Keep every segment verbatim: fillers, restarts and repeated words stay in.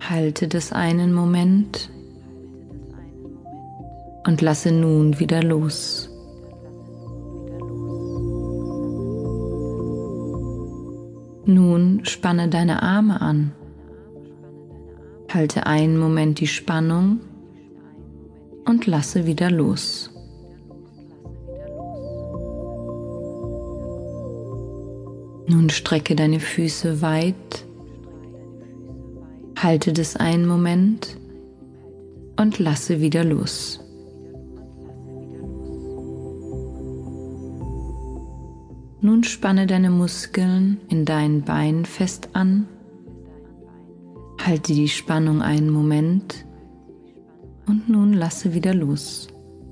Halte das einen Moment und lasse nun wieder los. Nun spanne deine Arme an. Halte einen Moment die Spannung und lasse wieder los. Nun strecke deine Füße weit. Halte das einen Moment und lasse wieder los. Nun spanne deine Muskeln in deinen Beinen fest an. Halte die Spannung einen Moment und nun lasse wieder los.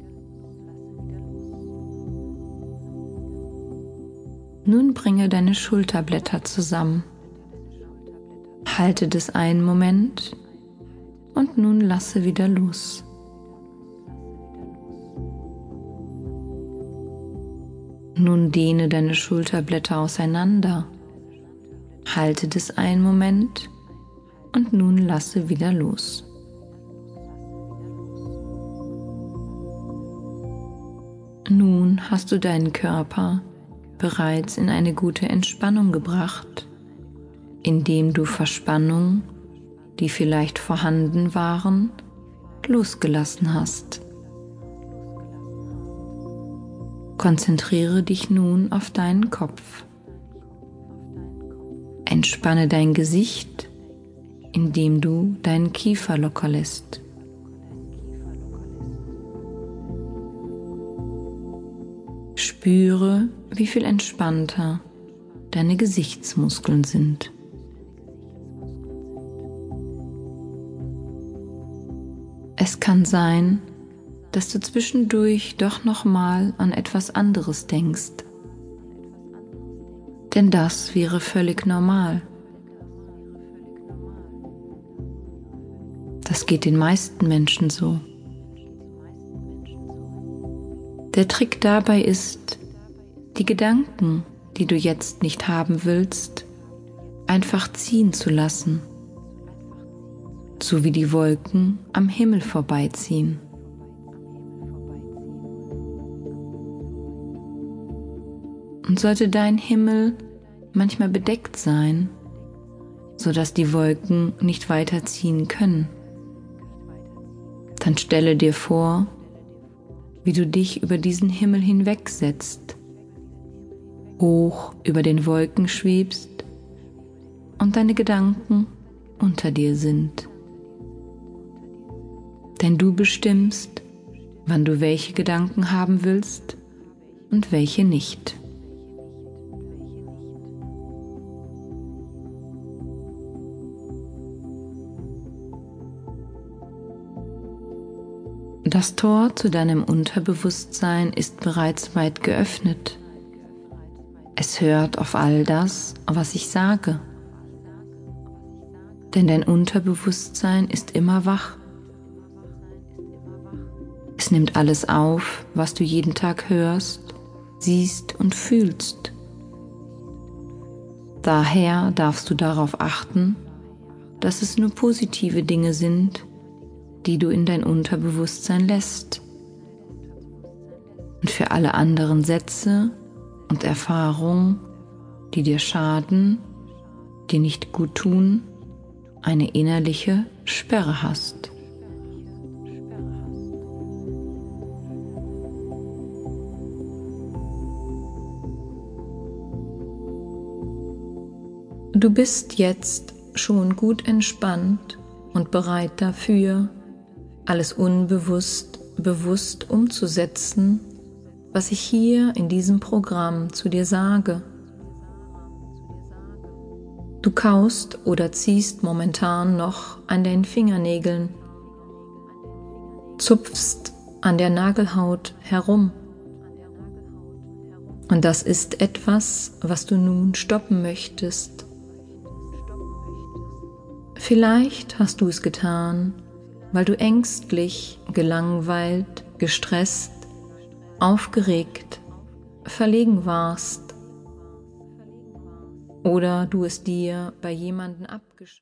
Nun bringe deine Schulterblätter zusammen. Halte das einen Moment und nun lasse wieder los. Nun dehne deine Schulterblätter auseinander. Halte das einen Moment und nun lasse wieder los. Nun hast du deinen Körper bereits in eine gute Entspannung gebracht, indem du Verspannungen, die vielleicht vorhanden waren, losgelassen hast. Konzentriere dich nun auf deinen Kopf. Entspanne dein Gesicht, indem du deinen Kiefer locker lässt. Spüre, wie viel entspannter deine Gesichtsmuskeln sind. Es kann sein, dass du zwischendurch doch nochmal an etwas anderes denkst. Denn das wäre völlig normal. Das geht den meisten Menschen so. Der Trick dabei ist, die Gedanken, die du jetzt nicht haben willst, einfach ziehen zu lassen, so wie die Wolken am Himmel vorbeiziehen. Und sollte dein Himmel manchmal bedeckt sein, sodass die Wolken nicht weiterziehen können, dann stelle dir vor, wie du dich über diesen Himmel hinwegsetzt, hoch über den Wolken schwebst und deine Gedanken unter dir sind. Denn du bestimmst, wann du welche Gedanken haben willst und welche nicht. Das Tor zu deinem Unterbewusstsein ist bereits weit geöffnet. Es hört auf all das, was ich sage. Denn dein Unterbewusstsein ist immer wach. Es nimmt alles auf, was du jeden Tag hörst, siehst und fühlst. Daher darfst du darauf achten, dass es nur positive Dinge sind, die du in dein Unterbewusstsein lässt. Und für alle anderen Sätze und Erfahrungen, die dir schaden, dir nicht gut tun, eine innerliche Sperre hast. Du bist jetzt schon gut entspannt und bereit dafür, alles unbewusst, bewusst umzusetzen, was ich hier in diesem Programm zu dir sage. Du kaust oder ziehst momentan noch an deinen Fingernägeln, zupfst an der Nagelhaut herum. Und das ist etwas, was du nun stoppen möchtest. Vielleicht hast du es getan, weil du ängstlich, gelangweilt, gestresst, aufgeregt, verlegen warst oder du es dir bei jemandem abgeschrieben